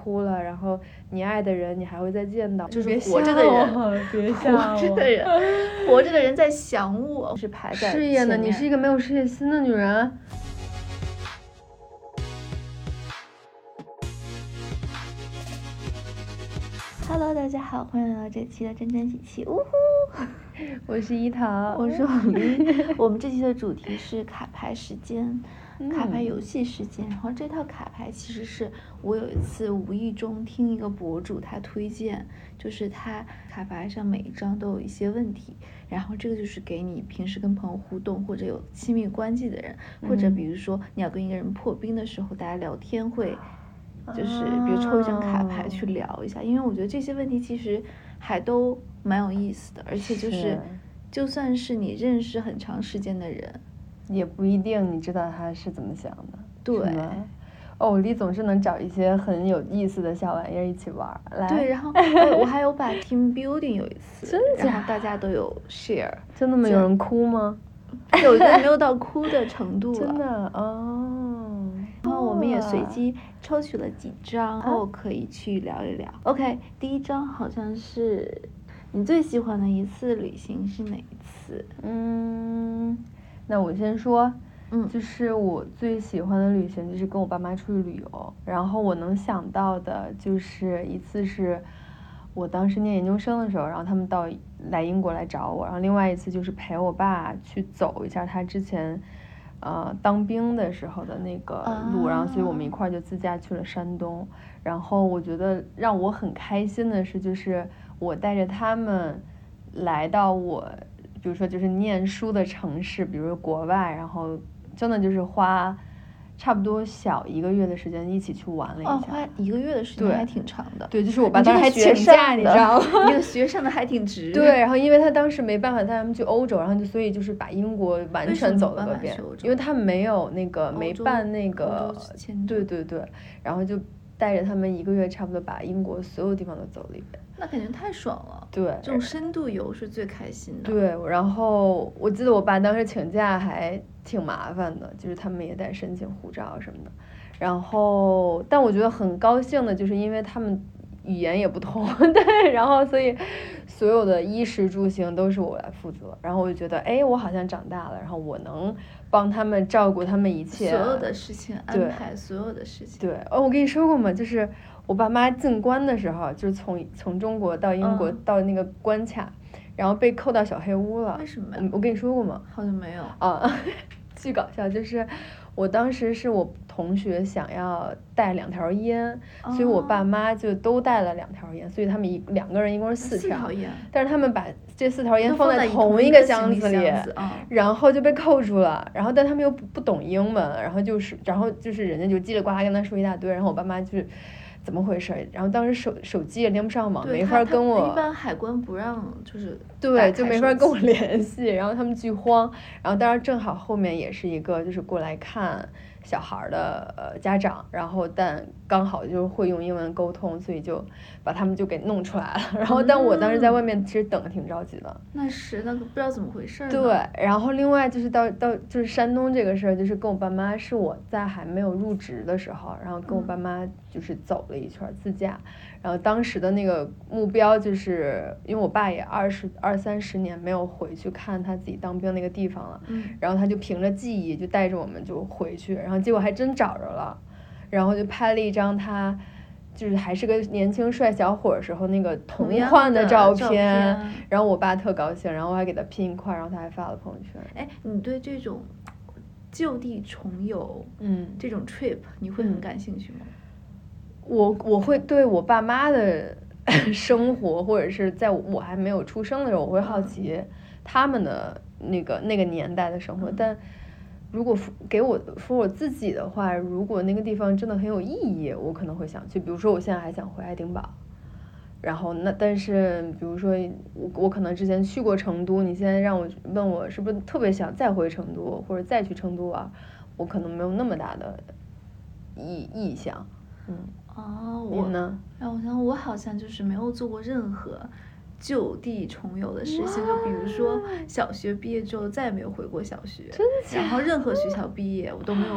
哭了，然后你爱的人你还会再见到， 就是活着的人， 别吓我， 活着的人，活着的人在想我，是排在事业呢？ 前面你是一个没有事业心的女人。 Hello， 大家好，欢迎来到这期的真真喜气，呜呼！ 我是一桃， 我是红丽。我们这期的主题是卡牌时间，卡牌游戏时间。然后这套卡牌其实是我有一次无意中听一个博主他推荐，就是他卡牌上每一张都有一些问题，然后这个就是给你平时跟朋友互动或者有亲密关系的人，或者比如说你要跟一个人破冰的时候，大家聊天会。就是比如抽一张卡牌去聊一下，因为我觉得这些问题其实还都蛮有意思的，而且就是就算是你认识很长时间的人， 也不一定你知道他是怎么想的。 对， 哦，你总是能找一些很有意思的小玩意儿一起玩。来， 对，然后我还有把 team building 有一次，然后大家都有 share。 真的吗？有人哭吗？ 有一个没有到哭的程度了。 真的哦。 然后我们也随机抽取了几张，然后可以去聊一聊。OK， 第一张好像是你最喜欢的一次旅行是哪一次？ 那我先说，就是我最喜欢的旅行就是跟我爸妈出去旅游，然后我能想到的就是一次是我当时念研究生的时候，然后他们来英国来找我，然后另外一次就是陪我爸去走一下他之前当兵的时候的那个路，然后所以我们一块儿就自驾去了山东。然后我觉得让我很开心的是，就是我带着他们来到我比如说就是念书的城市，比如说国外，然后真的就是花差不多小1个月的时间一起去玩了一下。 花1个月的时间还挺长的。 对，就是我爸当时还请假，你知道吗？ 这个学上的还挺值。 对，然后因为他当时没办法带他们去欧洲，然后所以就是把英国完全走了个遍，因为他们没有没办那个对，然后就带着他们1个月差不多把英国所有地方都走了一遍。 那感觉太爽了。 对， 这种深度游是最开心的。 对，然后我记得我爸当时请假还挺麻烦的，就是他们也得申请护照什么的。然后但我觉得很高兴的就是因为他们语言也不通，对，然后所以所有的衣食住行都是我来负责，然后我就觉得我好像长大了，然后我能帮他们照顾他们一切所有的事情，安排所有的事情。 对，我跟你说过吗？就是我爸妈进关的时候，就是从中国到英国到那个关卡，然后被扣到小黑屋了。 为什么？ 我跟你说过吗？ 好像没有啊，巨搞笑，就是我当时是我同学想要带2条烟，所以我爸妈就都带了2条烟，所以他们2个人一共是4条烟， 但是他们把这4条烟放在同一个箱子里，然后就被扣住了。然后但他们又不懂英文，然后就是人家就叽里呱啦跟他说一大堆，然后我爸妈就是怎么回事？然后当时手机也连不上网，没法跟我。 一般海关不让，就是对，就没法跟我联系。然后他们巨慌。然后当然正好后面也是一个就是过来看小孩的家长，然后但刚好就是会用英文沟通，所以就把他们就给弄出来了。然后但我当时在外面其实等得挺着急的。 那个不知道怎么回事。 对，然后另外就是到就是山东这个事儿，就是跟我爸妈是我在还没有入职的时候，然后跟我爸妈就是走了一圈自驾。然后当时的那个目标就是因为我爸也20-30年没有回去看他自己当兵那个地方了，然后他就凭着记忆就带着我们就回去，然后结果还真找着了，然后就拍了一张他就是还是个年轻帅小伙时候那个同框的照片，然后我爸特高兴，然后我还给他拼一块，然后他还发了朋友圈。 你对这种就地重游这种 trip 你会很感兴趣吗？ 我会对我爸妈的生活，或者是在我还没有出生的时候，我会好奇他们的那个年代的生活。但如果给我说我自己的话，如果那个地方真的很有意义，我可能会想去。比如说我现在还想回爱丁堡，然后但是比如说我可能之前去过成都，你现在让我问我是不是特别想再回成都或者再去成都玩，我可能没有那么大的意向。你呢？ 我想我好像就是没有做过任何就地重游的事情，就比如说小学毕业之后再也没有回过小学，然后任何学校毕业我都没有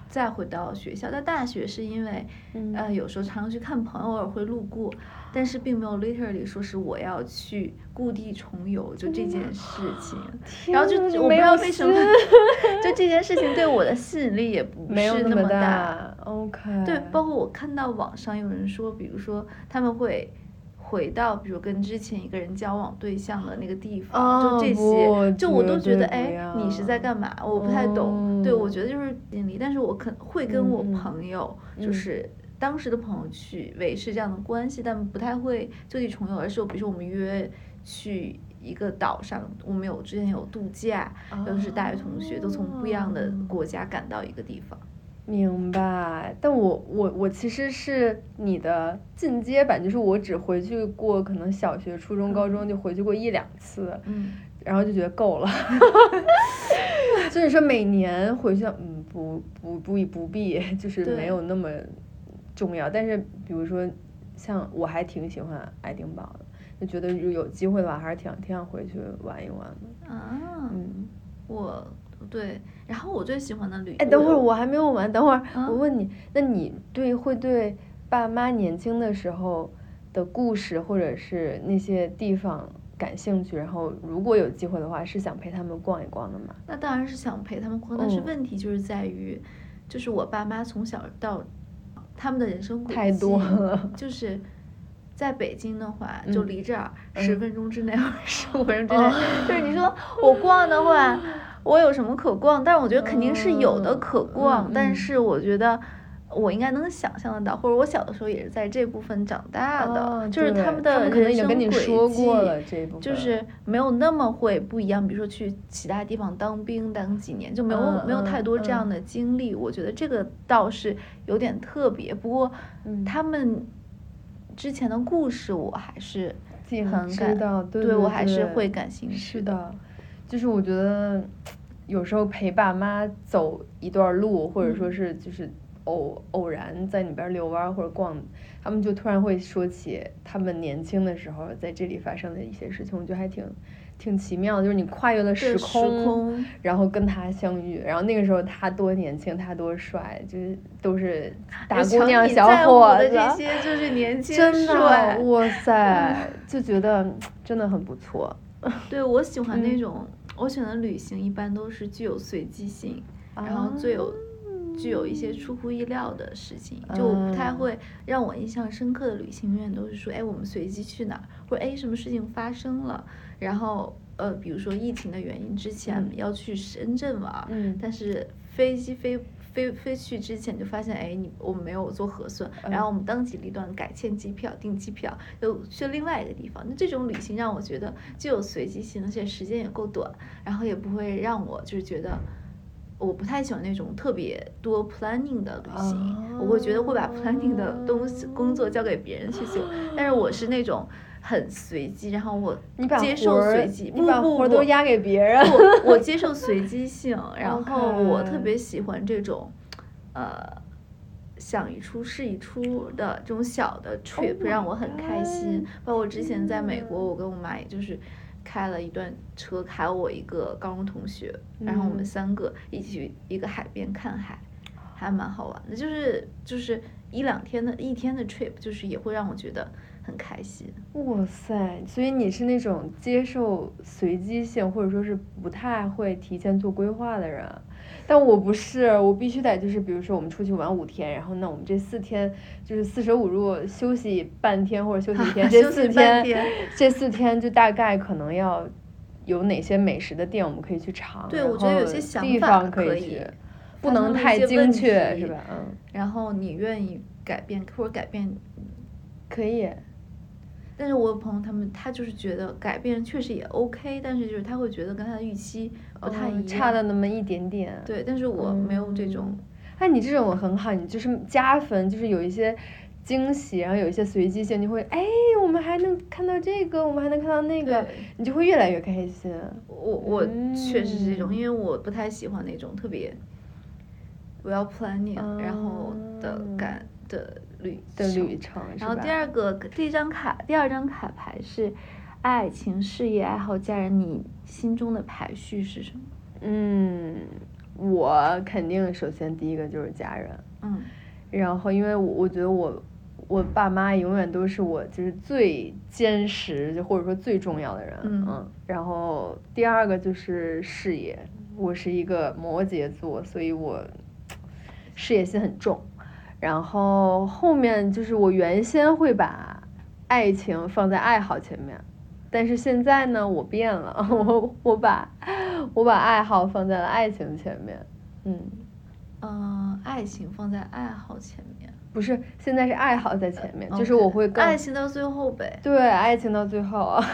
再回到学校。在大学是因为有时候常常去看朋友，偶尔会路过，但是并没有 literally 说是我要去故地重游就这件事情。然后就我不知道为什么就这件事情对我的吸引力也不是那么大。 OK。 对，包括我看到网上有人说，比如说他们会回到比如跟之前一个人交往对象的那个地方，就这些，就我都觉得你是在干嘛？我不太懂。对，我觉得就是经历，但是我会跟我朋友，就是当时的朋友去维持这样的关系，但不太会就地重游，而是比如说我们约去一个岛上，我们之前有度假，都是大学同学，都从不一样的国家赶到一个地方。 明白，但我其实是你的进阶版，就是我只回去过可能小学、初中、高中就回去过1-2次，然后就觉得够了。所以说每年回去，不必，就是没有那么重要。但是比如说，像我还挺喜欢爱丁堡的，就觉得有机会的话，还是挺想回去玩一玩的。对，然后我最喜欢的旅等会儿我还没有完，等会儿我问你，那你会对爸妈年轻的时候的故事或者是那些地方感兴趣？然后如果有机会的话，是想陪他们逛一逛的吗？ 那当然是想陪他们逛，但是问题就是在于，就是我爸妈从小到他们的人生轨迹太多了， 就是在北京的话，就离这儿10分钟之内或者15分钟之内，就是你说我逛的话。我有什么可逛？但是我觉得肯定是有的可逛，但是我觉得我应该能想象得到，或者我小的时候也是在这部分长大的，就是他们的人生轨迹，就是没有那么会不一样。比如说去其他地方当兵当几年，就没有太多这样的经历。我觉得这个倒是有点特别。不过他们之前的故事我还是很知道， 对我还是会感兴趣是的。就是我觉得有时候陪爸妈走一段路，或者说是就是偶然在里边遛弯或者逛，他们就突然会说起他们年轻的时候在这里发生的一些事情，我觉得还挺奇妙的，就是你跨越了时空，然后跟他相遇，然后那个时候他多年轻，他多帅，就是都是大姑娘小伙子， 这些就是年轻真的，哇塞，就觉得真的很不错。 对，我喜欢那种。我选的旅行一般都是具有随机性，然后具有一些出乎意料的事情，就不太会让我印象深刻的旅行永远都是说，我们随机去哪儿，或者什么事情发生了，然后比如说疫情的原因，之前要去深圳玩，但是飞机飞去之前就发现，我们没有做核酸，然后我们当机立断改签机票、订机票，又去了另外一个地方。那这种旅行让我觉得既有随机性，而且时间也够短，然后也不会让我就是觉得我不太喜欢那种特别多 planning 的旅行，我会觉得会把 planning 的工作交给别人去做，但是我是那种很随机，然后我接受随机， 你把活都压给别人。 我接受随机性，然后我特别喜欢这种，想一出是一出的这种小的 trip，让我很开心。包括之前在美国，我跟我妈也就是开了一段车，还有我一个高中同学，然后我们3个一起去一个海边看海，还蛮好玩的。就是一天的 trip， 就是也会让我觉得很开心。 哇塞，所以你是那种接受随机性，或者说是不太会提前做规划的人。但我不是，我必须得就是比如说我们出去玩5天，然后那我们这4天就是四舍五入休息半天或者休息1天，这4天就大概可能要有哪些美食的店我们可以去尝， 对，我觉得有些想法可以，不能太精确，是吧？ 然后你愿意改变或者改变， 可以。 但是我有朋友他就是觉得改变确实也 OK， 但是就是他会觉得跟他的预期不太一样， 差了那么一点点。 对，但是我没有这种。 你这种很好，你就是加分，就是有一些惊喜，然后有一些随机性，你会我们还能看到这个，我们还能看到那个，你就会越来越开心。 我确实是这种，因为我不太喜欢那种特别well planning，然后的旅程， 然后第二张卡牌是爱情、事业、爱好、家人，你心中的排序是什么？ 我肯定首先第一个就是家人，然后因为我觉得我爸妈永远都是我就是最坚实就或者说最重要的人，然后第二个就是事业，我是一个摩羯座，所以我事业心很重，然后后面就是我原先会把爱情放在爱好前面，但是现在呢我变了，我把爱好放在了爱情前面， 爱情放在爱好前面， 不是，现在是爱好在前面，就是我会更爱情到最后呗。 对，爱情到最后啊。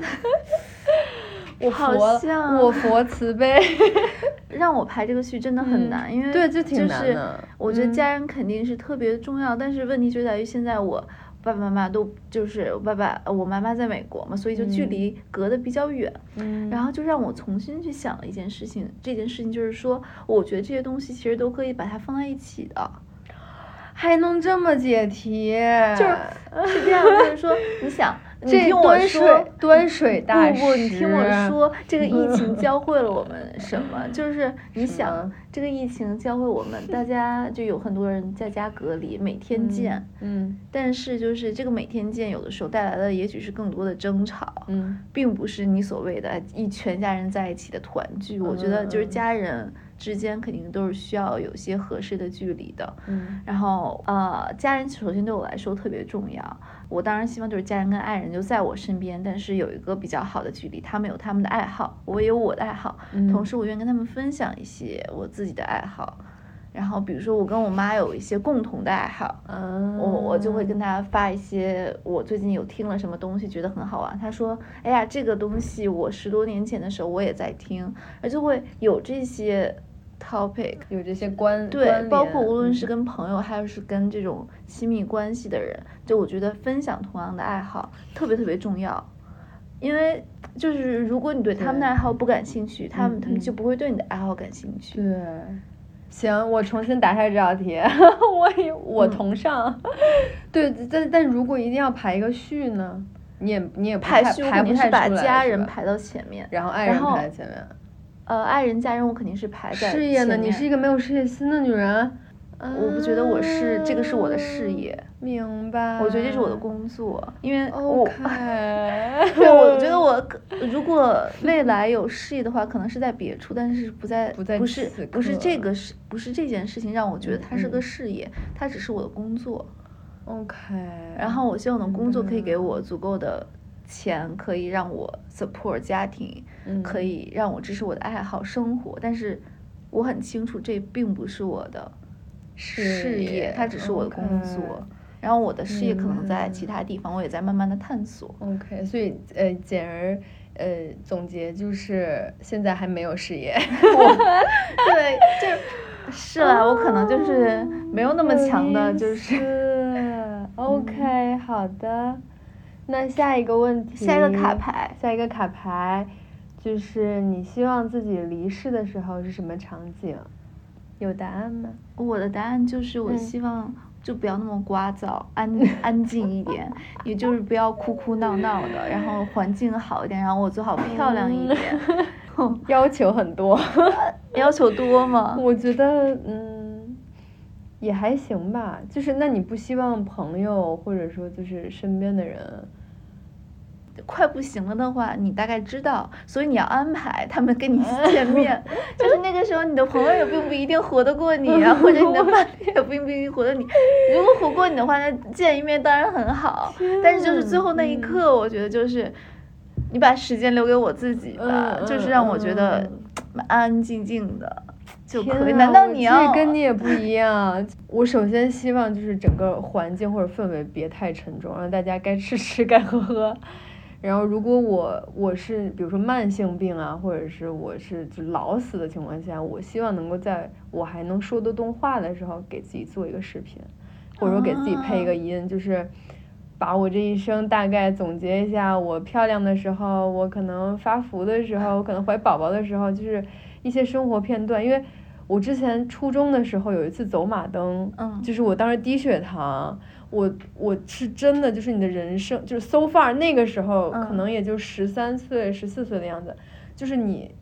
我佛慈悲。 让我排这个序真的很难，因为对，就挺难的。我觉得家人肯定是特别重要，但是问题就在于现在我爸爸妈妈都就是我妈妈在美国嘛，所以就距离隔得比较远。然后就让我重新去想了一件事情，这件事情就是说，我觉得这些东西其实都可以把它放在一起的。 还能这么解题？ 是这样，就是说，你想，你听我说， 端水大师， 不，你听我说，这个疫情教会了我们什么？就是你想，这个疫情教会我们，大家就有很多人在家隔离，每天见，但是就是这个每天见，有的时候带来的也许是更多的争吵，并不是你所谓的全家人在一起的团聚。我觉得就是家人之间肯定都是需要有些合适的距离的，然后家人首先对我来说特别重要，我当然希望就是家人跟爱人就在我身边，但是有一个比较好的距离，他们有他们的爱好，我也有我的爱好，同时我愿意跟他们分享一些我自己的爱好，然后比如说我跟我妈有一些共同的爱好，我就会跟她发一些我最近有听了什么东西觉得很好玩，她说哎呀这个东西我10多年前的时候我也在听，而就会有这些topic， 有这些对，包括无论是跟朋友还是跟这种亲密关系的人，就我觉得分享同样的爱好特别特别重要，因为就是如果你对他们的爱好不感兴趣，他们就不会对你的爱好感兴趣。 对，行，我重新打开这道题，我同上。对，但如果一定要排一个序呢，你也排序排不太出来， 是把家人排到前面， 然后爱人排在前面。 爱人家人我肯定是排在事业呢？你是一个没有事业心的女人。 我不觉得我是这个是我的事业， 明白？ 我觉得这是我的工作，因为对， 我觉得我如果未来有事业的话，可能是在别处，但是不是这件事情让我觉得它是个事业，它只是我的工作。 OK。 然后我希望我的工作可以给我足够的钱，可以让我 support 家庭，可以让我支持我的爱好生活，但是我很清楚这并不是我的事业，它只是我的工作，然后我的事业可能在其他地方，我也在慢慢的探索。 OK， 所以简而总结就是现在还没有事业。 对，就是了，我可能就是没有那么强的，就是 OK， 好的。那下一个问题， 下一个卡牌就是你希望自己离世的时候是什么场景？有答案吗？ 我的答案就是我希望就不要那么聒噪，安静一点，也就是不要哭哭闹闹的，然后环境好一点，然后我最好漂亮一点。 要求很多。 要求多吗？ 我觉得也还行吧，就是那你不希望朋友或者说就是身边的人快不行了的话，你大概知道，所以你要安排他们跟你见面。就是那个时候，你的朋友也并不一定活得过你啊，或者你的伴侣也并不一定活得你。如果活过你的话，那见一面当然很好。但是就是最后那一刻，我觉得就是你把时间留给我自己吧，就是让我觉得安安静静的就可以。难道你要？ 这跟你也不一样。我首先希望就是整个环境或者氛围别太沉重，让大家该吃吃该喝喝。然后如果我是比如说慢性病啊，或者是我是就老死的情况下，我希望能够在我还能说得动话的时候给自己做一个视频，或者说给自己配一个音，就是把我这一生大概总结一下，我漂亮的时候，我可能发福的时候，我可能怀宝宝的时候，就是一些生活片段。因为我之前初中的时候有一次走马灯，就是我当时低血糖，我是真的就是你的人生就是 so far 那个时候可能也就13岁14岁的样子，就是你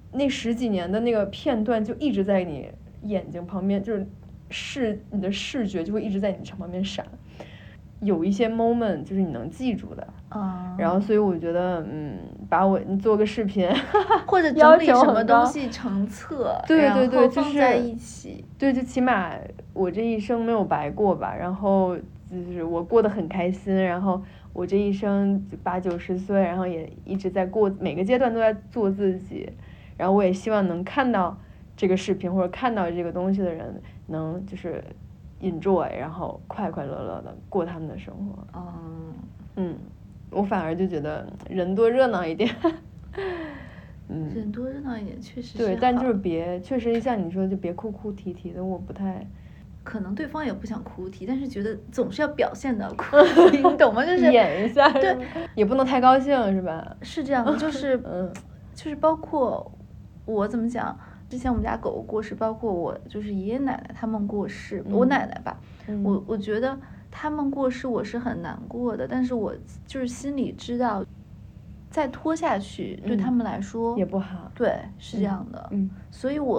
那10几年的那个片段就一直在你眼睛旁边，就是你的视觉就会一直在你旁边闪，有一些 moment 就是你能记住的。然后所以我觉得你做个视频或者整理什么东西成册， 对，就是放在一起， 对，就起码我这一生没有白过吧，然后就是我过得很开心，然后我这一生80、90岁，然后也一直在过，每个阶段都在做自己，然后我也希望能看到这个视频或者看到这个东西的人能就是enjoy，然后快快乐乐的过他们的生活。我反而就觉得人多热闹一点。 人多热闹一点确实是对，但就是确实像你说就别哭哭啼啼的，我不太。 可能对方也不想哭啼，但是觉得总是要表现的哭啼，你懂吗？就是演一下， 对， 也不能太高兴，是吧？ 是这样的，就是就是包括我怎么讲，之前我们家狗狗过世，包括我就是爷爷奶奶他们过世，我奶奶吧，我觉得他们过世我是很难过的，但是我就是心里知道，再拖下去对他们来说也不好， 对，是这样的，所以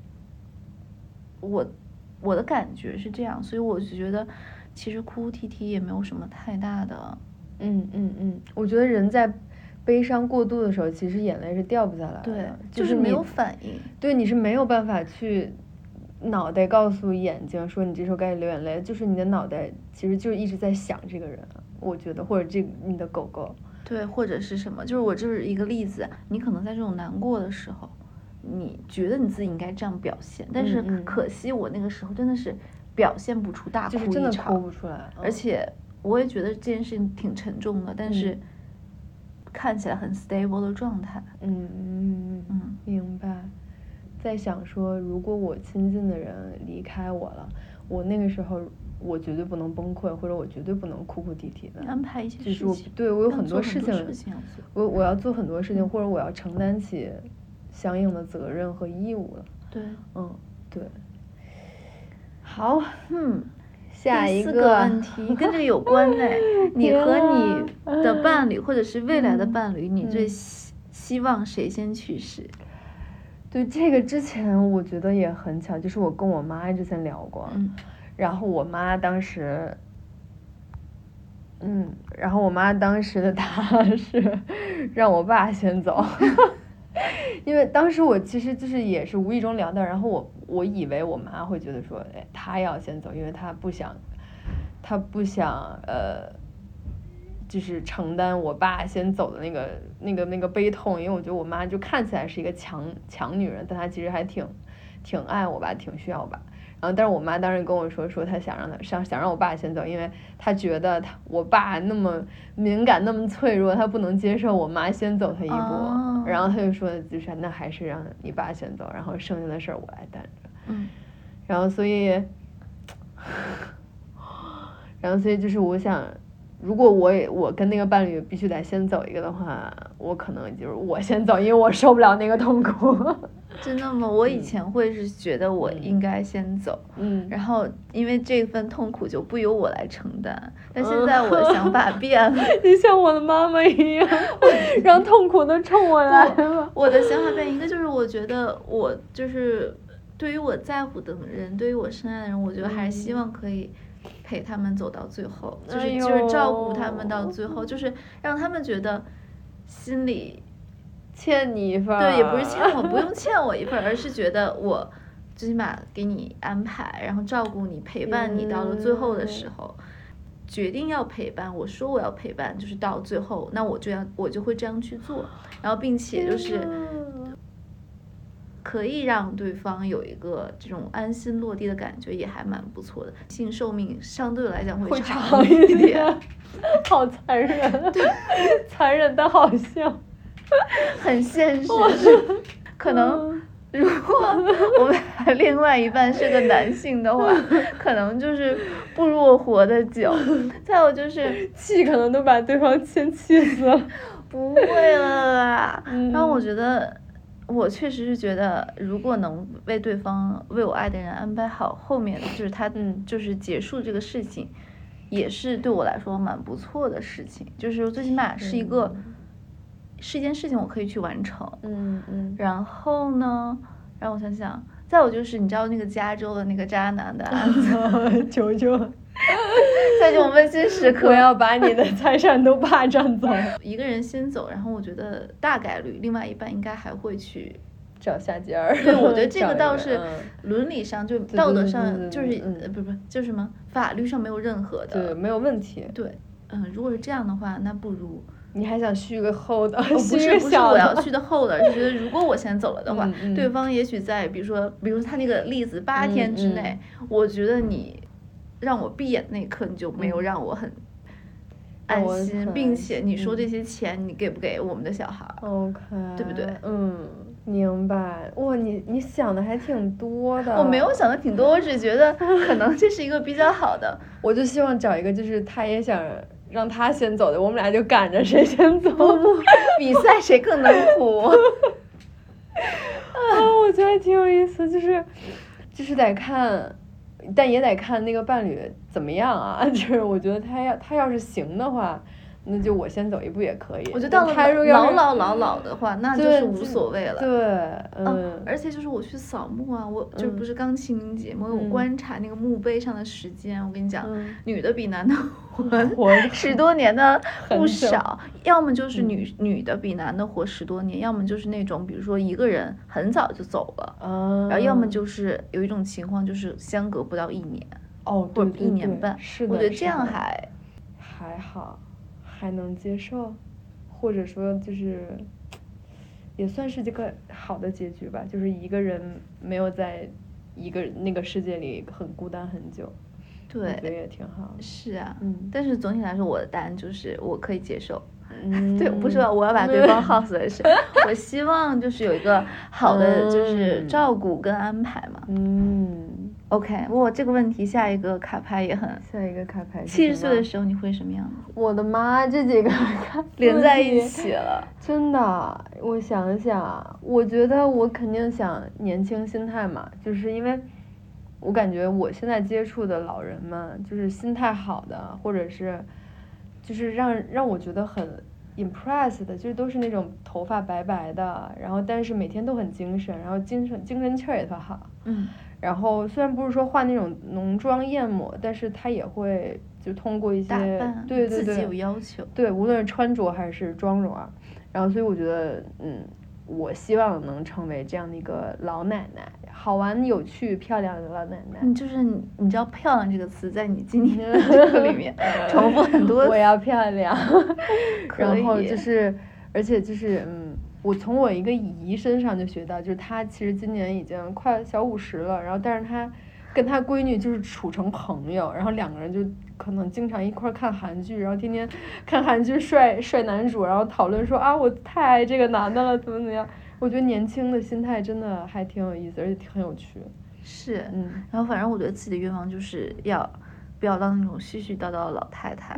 我的感觉是这样，所以我就觉得其实哭哭啼啼也没有什么太大的。 我觉得人在悲伤过度的时候，其实眼泪是掉不下来的， 对， 就是没有反应。 对，你是没有办法去脑袋告诉眼睛说你这时候该流眼泪，就是你的脑袋其实就一直在想这个人，我觉得，或者你的狗狗， 对，或者是什么，就是我就是一个例子，你可能在这种难过的时候。你觉得你自己应该这样表现，但是可惜我那个时候真的是表现不出大哭一场， 就是真的哭不出来。 而且我也觉得这件事情挺沉重的，但是看起来很 stable 的状态。 明白。在想说，如果我亲近的人离开我了，我那个时候我绝对不能崩溃，或者我绝对不能哭哭啼啼的。 安排一些事情。 就是对我有很多事情，我要做很多事情，或者我要承担起相应的责任和义务了。 对， 对。好，下一个问题跟这个有关呢。你和你的伴侣或者是未来的伴侣，你最希望谁先去世？ 对，这个之前我觉得也很巧，就是我跟我妈之前聊过，然后我妈当时的答案是让我爸先走。因为当时我其实就是也是无意中聊到，然后我以为我妈会觉得说，她要先走，因为她不想就是承担我爸先走的那个悲痛，因为我觉得我妈就看起来是一个强女人，但她其实还挺爱我爸，挺需要我爸。然后但是我妈当时跟我说她想让我爸先走，因为她觉得我爸那么敏感那么脆弱，她不能接受我妈先走她一步，然后她就说就是那还是让你爸先走，然后剩下的事儿我来担着。然后所以就是我想，如果我跟那个伴侣必须得先走一个的话，我可能就是我先走，因为我受不了那个痛苦。 真的吗？我以前会是觉得我应该先走，然后因为这份痛苦就不由我来承担。但现在我的想法变了， 你像我的妈妈一样，让痛苦都冲我来了。 我的想法变，一个就是我觉得我就是对于我在乎的人，对于我深爱的人，我觉得还是希望可以陪他们走到最后，就是照顾他们到最后，就是让他们觉得心里欠你一份。 对，也不是欠我，不用欠我一份，而是觉得我最起码给你安排，然后照顾你，陪伴你到了最后的时候，决定要陪伴，我说我要陪伴，就是到最后，那我就会这样去做，然后并且就是可以让对方有一个这种安心落地的感觉，也还蛮不错的。性寿命相对来讲会长一点。 好残忍，对，残忍的好笑。 很现实，可能如果我们另外一半是个男性的话，可能就是不如我活得久。再有就是气可能都把对方先气死了。 不会了啦。然后我觉得，我确实是觉得，如果能为我爱的人安排好后面，就是他就是结束这个事情，也是对我来说蛮不错的事情。就是最起码是一个是一件事情我可以去完成。然后呢，让我想想，再有就是你知道那个加州的那个渣男的案子， 求求， 在这种温馨时刻， 我要把你的财产都霸占走。 一个人先走，然后我觉得大概率另外一半应该还会去找下家儿。 对，我觉得这个倒是伦理上就道德上就是不就是什么法律上没有任何的， 对，没有问题。 对，如果是这样的话，那不如你还想续个后的？ 不是我要续的后的，是觉得如果我先走了的话，对方也许在比如说他那个例子8天之内，我觉得你让我闭眼那一刻，你就没有让我很安心，并且你说这些钱你给不给我们的小孩 ？OK， 对不对？ 明白。哇，你想的还挺多的。 我没有想的挺多，我只觉得可能这是一个比较好的。 我就希望找一个，就是他也想让他先走的，我们俩就赶着谁先走， 比赛谁更能活。 我觉得挺有意思，就是得看，但也得看那个伴侣怎么样啊。就是我觉得他要是行的话，那就我先走一步也可以。 我觉得到了老的话，那就是无所谓了。 对， 而且就是我去扫墓啊，我就不是刚清明节嘛，我观察那个墓碑上的时间，我跟你讲，女的比男的活10多年的不少，要么就是女的比男的活10多年，要么就是那种比如说一个人很早就走了，然后要么就是有一种情况就是相隔不到1年， 或者1年半， 是的， 我觉得这样还好。还能接受，或者说就是也算是这个好的结局吧，就是一个人没有在一个那个世界里很孤单很久， 对， 我觉得也挺好。 是啊，但是总体来说我的答案就是我可以接受。对，不是我要把对方耗死的是，我希望就是有一个好的就是照顾跟安排嘛。OK， 这个问题下一个卡牌也很。 下一个卡牌。 70岁的时候你会什么样子？ 我的妈，这几个连在一起了。 真的，我想想，我觉得我肯定想年轻心态嘛，就是因为我感觉我现在接触的老人们，就是心态好的，或者是就是让我觉得很 impressed 的，就是都是那种头发白白的，然后但是每天都很精神，然后精神气儿也特好。然后虽然不是说画那种浓妆艳抹，但是他也会就通过一些对自己有要求， 对，无论是穿着还是妆容啊，然后所以我觉得我希望能成为这样的一个老奶奶，好玩有趣漂亮的老奶奶。 就是你知道漂亮这个词在你今天的这个里面重复很多。 我要漂亮。然后就是而且就是我从我一个姨身上就学到，就是她其实今年已经快小50了，然后但是她跟她闺女就是处成朋友，然后2个人就可能经常一块看韩剧，然后天天看韩剧帅男主，然后讨论说啊我太爱这个男的了怎么样。我觉得年轻的心态真的还挺有意思，而且很有趣。 是，然后反正我觉得自己的愿望就是不要当那种絮絮叨叨的老太太。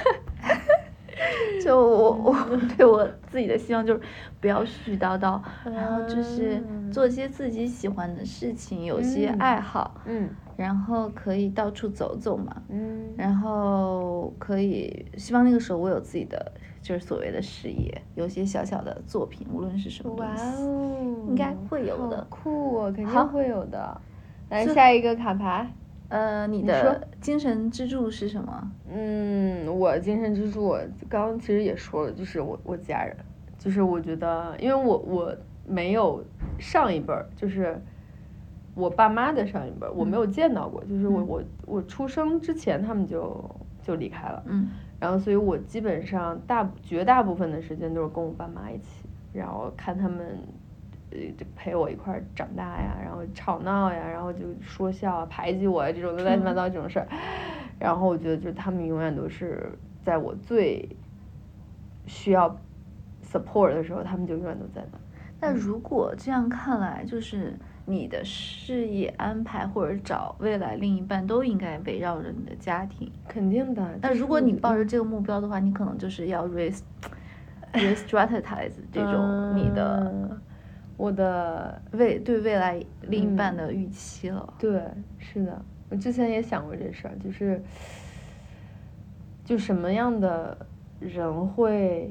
就我对我自己的希望就是不要絮絮叨叨，然后就是做一些自己喜欢的事情，有些爱好，然后可以到处走走嘛，然后可以希望那个时候我有自己的就是所谓的事业，有些小小的作品，无论是什么东西，应该会有的。 酷哦，肯定会有的。来下一个卡牌。 你的精神支柱是什么？ 我精神支柱刚刚其实也说了，就是我家人，就是我觉得，因为我没有上一辈儿，就是我爸妈的上一辈儿，我没有见到过，就是我出生之前他们就离开了，然后所以我基本上绝大部分的时间都是跟我爸妈一起，然后看他们。就陪我一块儿长大呀，然后吵闹呀，然后就说笑啊，排挤我呀，这种乱七八糟这种事儿。然后我觉得就是他们永远都是在我最需要 support 的时候，他们就永远都在那。 那如果这样看来，就是你的事业安排或者找未来另一半都应该围绕着你的家庭。 肯定的。 那如果你抱着这个目标的话，你可能就是要 re-strategize 这种你的。 我的对未来另一半的预期了。 对，是的，我之前也想过这事儿，就什么样的人会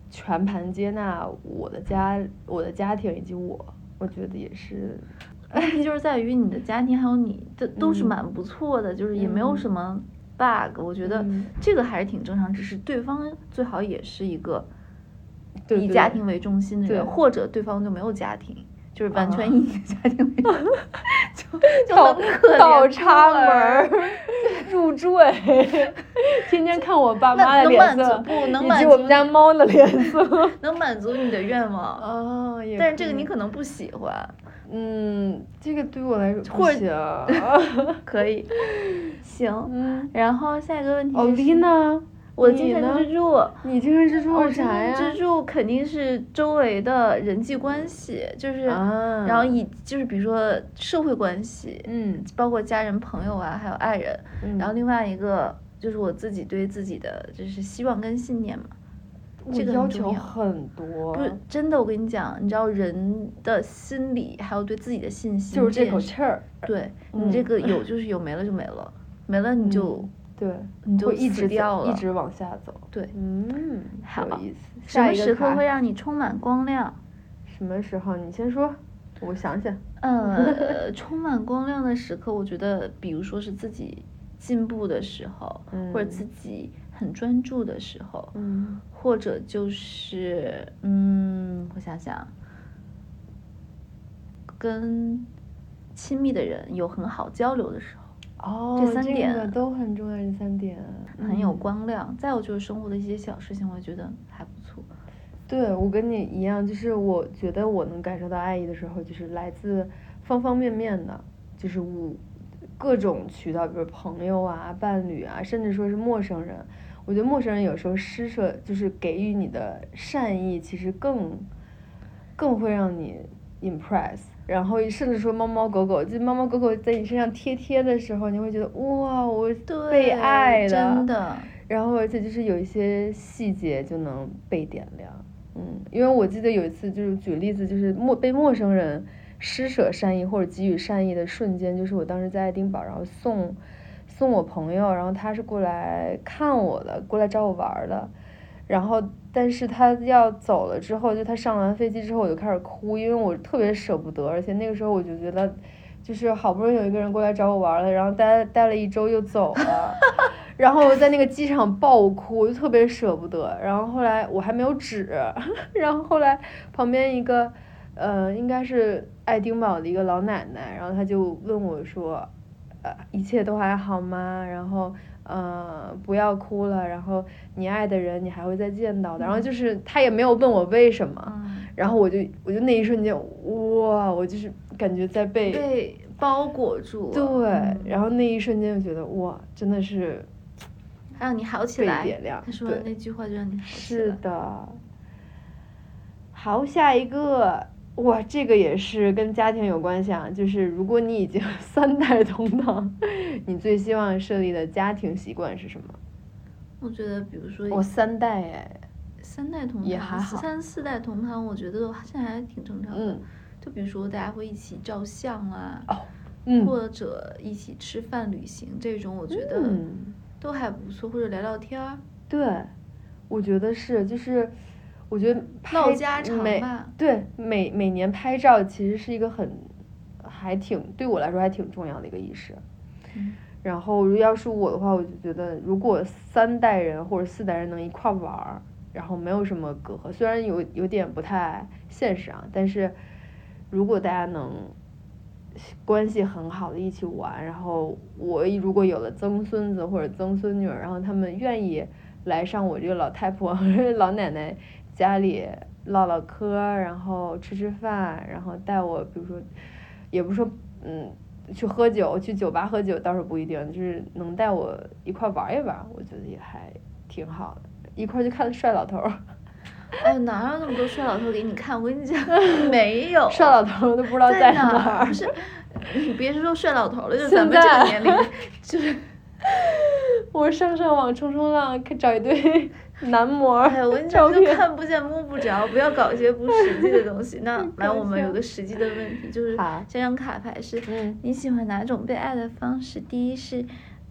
全盘接纳我的家庭以及我觉得也是。 问题就是在于你的家庭还有你的都是蛮不错的，就是也没有什么 bug，我觉得这个还是挺正常，只是对方最好也是一个以家庭为中心的人，或者对方就没有家庭，就是完全以你的家庭为中心，就很可怜， 倒插门入赘，天天看我爸妈的脸色，以及我们家猫的脸色， 能满足你的愿望啊， 但是这个你可能不喜欢。 这个对我来说不行。 可以，行。然后下一个问题是丽娜， 我的精神支柱， 你精神支柱是啥呀？ 精神支柱肯定是周围的人际关系，就是，然后就是比如说社会关系，包括家人、朋友啊，还有爱人。然后另外一个就是我自己对自己的就是希望跟信念嘛。这个要求很多， 不是真的。我跟你讲，你知道人的心理还有对自己的信心， 就是这口气儿。 对，你这个有就是有，没了就没了，没了你就对， 你就死掉了， 一直往下走。 对， 好， 什么时刻会让你充满光亮？ 什么时候？你先说，我想想。 充满光亮的时刻，我觉得，比如说是自己进步的时候，或者自己很专注的时候，或者就是我想想，跟亲密的人有很好交流的时候，这3点都很重要，这3点很有光亮。再有就是生活的一些小事情，我觉得还不错。 对，我跟你一样，就是我觉得我能感受到爱意的时候，就是来自方方面面的，就是各种渠道，比如朋友啊、伴侣啊，甚至说是陌生人。我觉得陌生人有时候施舍，就是给予你的善意，其实更会让你 impress。然后甚至说猫猫狗狗，就猫猫狗狗在你身上贴的时候，你会觉得哇，我被爱了， 真的。 然后而且就是有一些细节就能被点亮。因为我记得有一次，就是举例子，就是被陌生人施舍善意或者给予善意的瞬间，就是我当时在爱丁堡，然后送我朋友，然后他是过来看我的，过来找我玩的，然后但是他要走了之后，就他上完飞机之后，我就开始哭，因为我特别舍不得，而且那个时候我就觉得，就是好不容易有一个人过来找我玩了，然后待了1周又走了，然后我在那个机场爆哭，我就特别舍不得。然后后来我还没有纸，然后后来旁边一个应该是爱丁堡的一个老奶奶，然后她就问我说，一切都还好吗？然后不要哭了，然后你爱的人你还会再见到的。然后就是她也没有问我为什么，然后我就那一瞬间，哇，我就是感觉在被包裹住。 对，然后那一瞬间就觉得哇，真的是让你好起来。 被点亮。 他说的那句话就让你好起来。 是的。好，下一个。哇，这个也是跟家庭有关系啊，就是如果你已经3代同堂，你最希望设立的家庭习惯是什么？ 我觉得比如说 3代哎 ，3代同堂也还好 ，3、4代同堂，我觉得现在还挺正常的。就比如说大家会一起照相啊，或者一起吃饭、旅行这种，我觉得都还不错，或者聊聊天儿。 对，我觉得是，就是我觉得唠家常吧。 对，每年拍照其实是一个对我来说还挺重要的一个仪式。然后要是我的话，我就觉得如果3代人或者4代人能一块玩，然后没有什么隔阂，虽然有点不太现实啊，但是如果大家能关系很好的一起玩，然后我如果有了曾孙子或者曾孙女，然后他们愿意来上我这个老太婆老奶奶家里唠唠嗑，然后吃饭，然后带我，比如说也不是说去喝酒，去酒吧喝酒倒是不一定，就是能带我一块玩一玩，我觉得也还挺好的，一块去看帅老头。 哎，哪有那么多帅老头给你看？我跟你讲，没有帅老头都不知道在哪儿。不是，你别说帅老头了，就咱们这个年龄，就是我上网冲浪，找一堆男模。 哎，我跟你讲，就看不见摸不着，不要搞一些不实际的东西。那来，我们有个实际的问题，就是这张卡牌是你喜欢哪种被爱的方式？第一是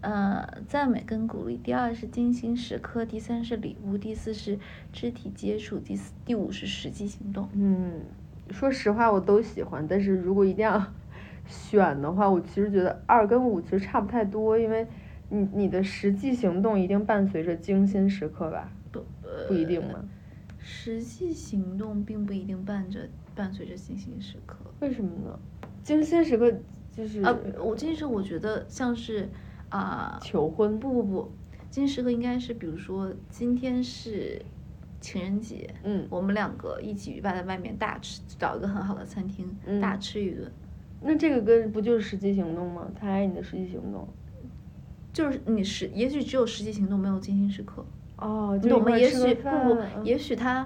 赞美跟鼓励，第2是精心时刻，第3是礼物，第4是肢体接触，第5是实际行动。 说实话我都喜欢，但是如果一定要选的话，我其实觉得2跟5其实差不太多，因为你的实际行动一定伴随着精心时刻吧？不一定吗？ 实际行动并不一定伴随着精心时刻。 为什么呢？精心时刻就是我精心时刻我觉得像是求婚。 不，精心时刻应该是比如说今天是情人节，我们2个一起在外面大吃，找一个很好的餐厅，大吃一顿。 那这个不就是实际行动吗？他爱你的实际行动。 就是也许只有实际行动，没有精心时刻。 就我们也许也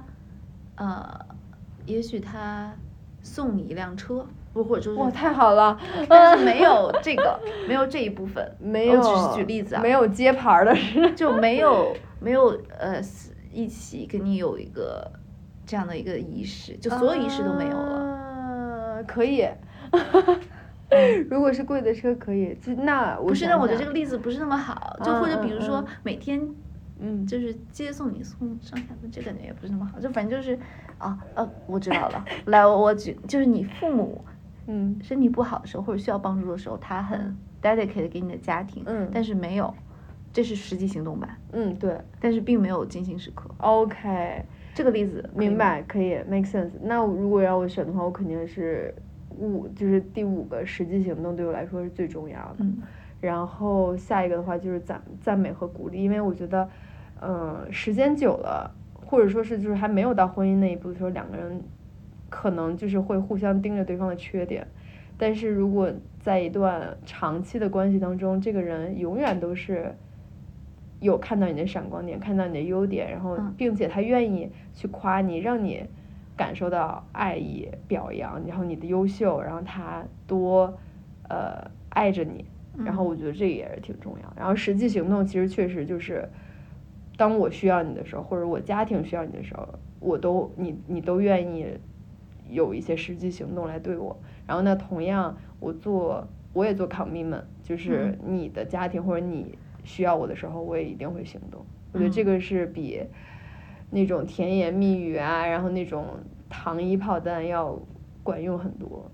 许他送你一辆车，或者就是哇，太好了！ 但是没有这个，没有这一部分， 没有， 我只是举例子没有接盘的， 就没有一起跟你有一个这样的一个仪式，就所有仪式都没有了。 可以。如果是贵的车可以， 不是，我觉得这个例子不是那么好，就或者比如说每天，就是接送你送上下班，这感觉也不是那么好，就反正就是我知道了，来我举，就是你父母，身体不好的时候或者需要帮助的时候，他很 dedicate 给你的家庭，但是没有，这是实际行动吧？ 对， 但是并没有精心时刻。 OK， 这个例子明白，可以 make sense。那如果让我选的话，我肯定是就是第5个实际行动对我来说是最重要的。然后下一个的话就是赞美和鼓励，因为我觉得，时间久了，或者说是就是还没有到婚姻那一步的时候，2个人可能就是会互相盯着对方的缺点，但是如果在一段长期的关系当中，这个人永远都是有看到你的闪光点，看到你的优点，然后并且他愿意去夸你，让你感受到爱意表扬，然后你的优秀，然后他多爱着你，然后我觉得这个也是挺重要。然后实际行动其实确实就是当我需要你的时候，或者我家庭需要你的时候，你都愿意有一些实际行动来对我。然后呢，同样我也做 commitment， 就是你的家庭或者你需要我的时候，我也一定会行动。我觉得这个是比那种甜言蜜语啊，然后那种糖衣炮弹要管用很多。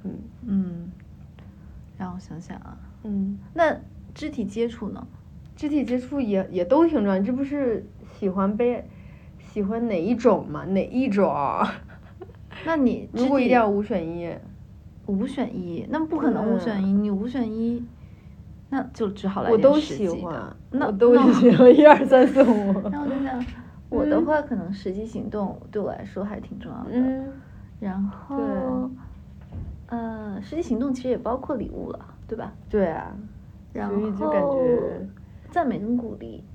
让我想想啊， 那肢体接触呢？ 肢体接触也都挺重要，这不是喜欢哪一种吗？哪一种？ 那你如果一定要5选1， 那不可能5选1，你5选1，那就只好来点实际的。我都喜欢，我都喜欢1、2、3、4、5。 然后就想，我的话可能实际行动对我来说还挺重要的。然后，实际行动其实也包括礼物了，对吧？ 对啊。 然后所以就感觉赞美跟鼓励。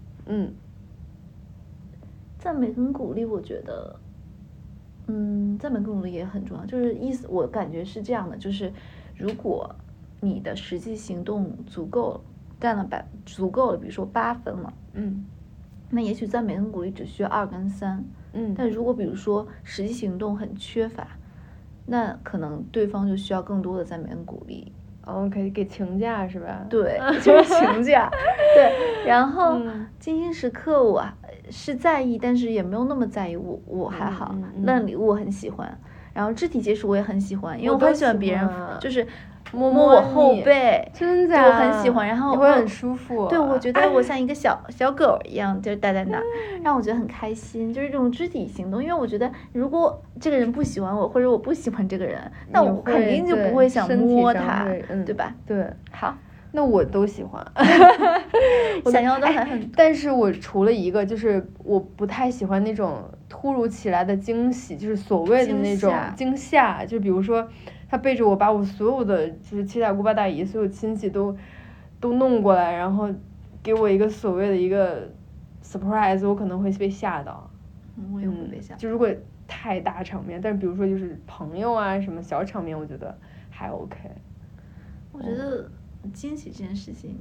赞美跟鼓励，我觉得，赞美跟鼓励也很重要。就是我感觉是这样的，就是如果你的实际行动足够了，足够了，比如说8分了，那也许赞美跟鼓励只需要2跟3，但如果比如说实际行动很缺乏，那可能对方就需要更多的赞美跟鼓励。 OK， 给情价是吧？ 对，就是情价。对，然后精心时刻我是在意，但是也没有那么在意，我还好。那礼物我很喜欢，然后肢体接触我也很喜欢，因为我很喜欢别人就是摸我后背， 真的， 我很喜欢。然后你会很舒服。 对，我觉得我像一个小狗一样，就待在那儿，让我觉得很开心。就是这种肢体行动，因为我觉得如果这个人不喜欢我，或者我不喜欢这个人，那我肯定就不会想摸他，对吧？ 对， 好， 那我都喜欢， 想要的还很多。 但是我除了一个，就是我不太喜欢那种突如其来的惊喜，就是所谓的那种惊吓，就比如说他背着我把我所有的就是七大姑八大姨所有亲戚都弄过来，然后给我一个所谓的一个 surprise， 我可能会被吓到。 我也会被吓。 就如果太大场面，但是比如说就是朋友啊什么小场面，我觉得还 OK。 我觉得惊喜这件事情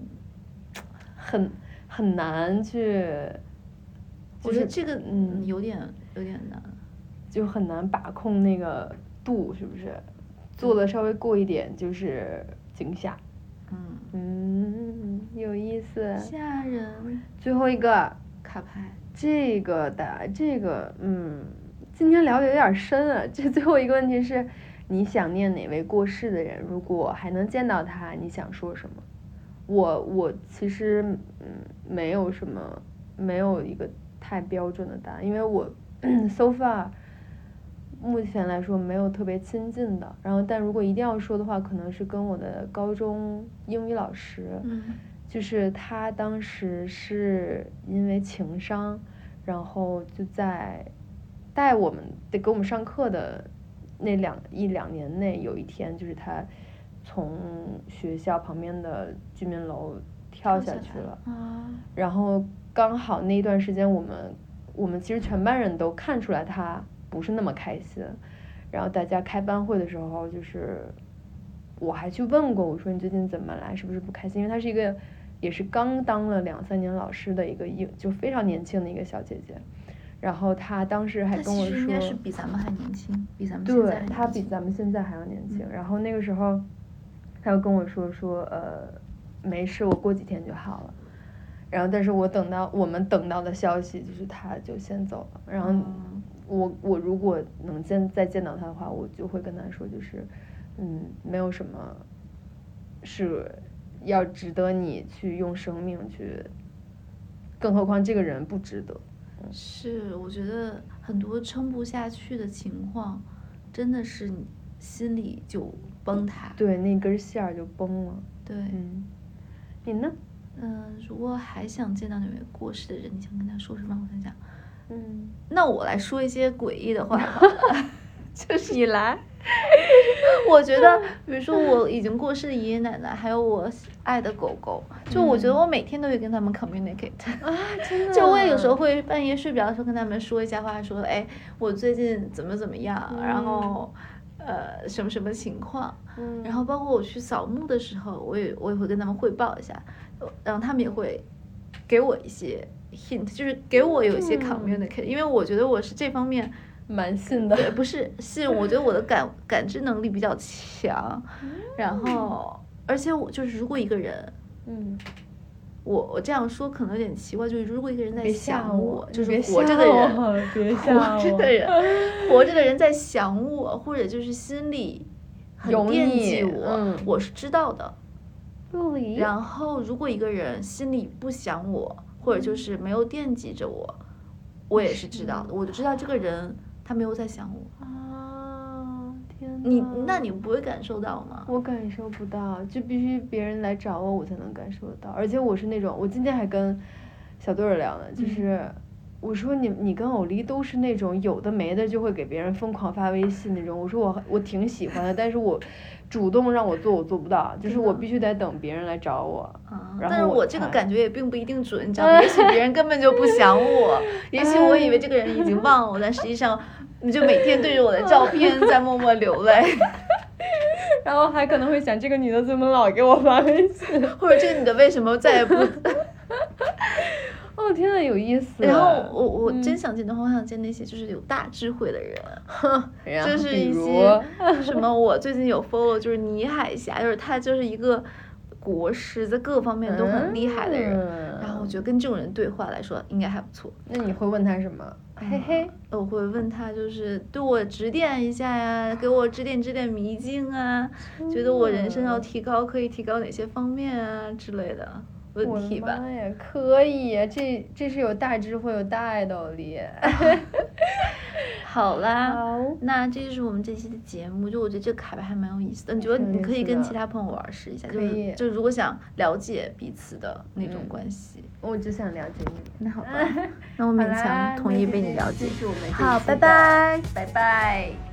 很难去， 我觉得这个有点难， 就很难把控那个度，是不是？做的稍微过一点就是惊吓。 有意思。 吓人。 最后一个卡牌。 这个今天聊的有点深啊。这最后一个问题是，你想念哪位过世的人？如果还能见到他，你想说什么？我其实没有一个太标准的答案，因为我so far 目前来说没有特别亲近的。然后但如果一定要说的话，可能是跟我的高中英语老师，就是他当时是因为情伤，然后就在带我们给我们上课的那一两年内，有一天就是他从学校旁边的居民楼跳下去了。然后刚好那段时间我们其实全班人都看出来他不是那么开心，然后大家开班会的时候，就是我还去问过，我说你最近怎么来，是不是不开心？因为她是一个也是刚当了2-3年老师的一个就非常年轻的一个小姐姐。然后她当时还跟我说， 应该是比咱们还年轻，比咱们现在还年轻。 对，她比咱们现在还要年轻。然后那个时候她又跟我说没事，我过几天就好了。然后但是我们等到的消息就是她就先走了。然后我如果能再见到她的话，我就会跟她说，就是没有什么是要值得你去用生命去，更何况这个人不值得。 是，我觉得很多撑不下去的情况，真的是你心里就崩塌。 对，那根线儿就崩了。 对。 你呢？ 如果还想见到那位过世的人，你想跟他说什么？我想想。那我来说一些诡异的话好了。 就是你来。 我觉得，比如说我已经过世的爷爷奶奶，还有我爱的狗狗，就我觉得我每天都会跟他们 communicate。 真的。 就我也有时候会半夜睡不着的时候跟他们说一下话，说我最近怎么样，然后什么什么情况。然后包括我去扫墓的时候，我也会跟他们汇报一下，然后他们也会给我一些 hint， 就是给我有一些 communicate，因为我觉得我是这方面蛮信的。 对，不是信，我觉得我的感知能力比较强。然后而且我就是如果一个人，我这样说可能有点奇怪，就是如果一个人在想我，就是活着的人，活着的人在想我，或者就是心里很惦记我，我是知道的。然后如果一个人心里不想我，或者就是没有惦记着我，我也是知道的。我就知道这个人他没有在想我。天哪！那你不会感受到吗？ 我感受不到，就必须别人来找我才能感受得到。而且我是那种，我今天还跟小队儿聊呢，就是我说你跟欧丽都是那种有的没的就会给别人疯狂发微信那种。我说我挺喜欢的，但是我主动让我做不到，就是我必须得等别人来找我。然后但是我这个感觉也并不一定准，你知道吗？也许别人根本就不想我，也许我以为这个人已经忘了我，但实际上你就每天对着我的照片在默默流泪。 然后还可能会想，这个女的怎么老给我发微信， 或者这个女的为什么再也不哦天呐，有意思。 然后我真想见的话，我想见那些就是有大智慧的人，就是一些什么我最近有 follow 就是倪海霞，就是他就是一个国师，在各个方面都很厉害的人。然后我觉得跟这种人对话来说应该还不错。 那你会问他什么？嘿嘿， 我会问他就是对我指点一下呀，给我指点迷津啊，觉得我人生要提高可以提高哪些方面啊之类的问题吧。 我的妈呀，可以，这是有大智慧有大爱的欧丽。 好啦，那这就是我们这期的节目。就我觉得这个卡牌还蛮有意思的，你觉得你可以跟其他朋友玩试一下，就是如果想了解彼此的那种关系。 我只想了解你。 那好吧，那我勉强同意被你了解。 好， 拜拜， 拜拜。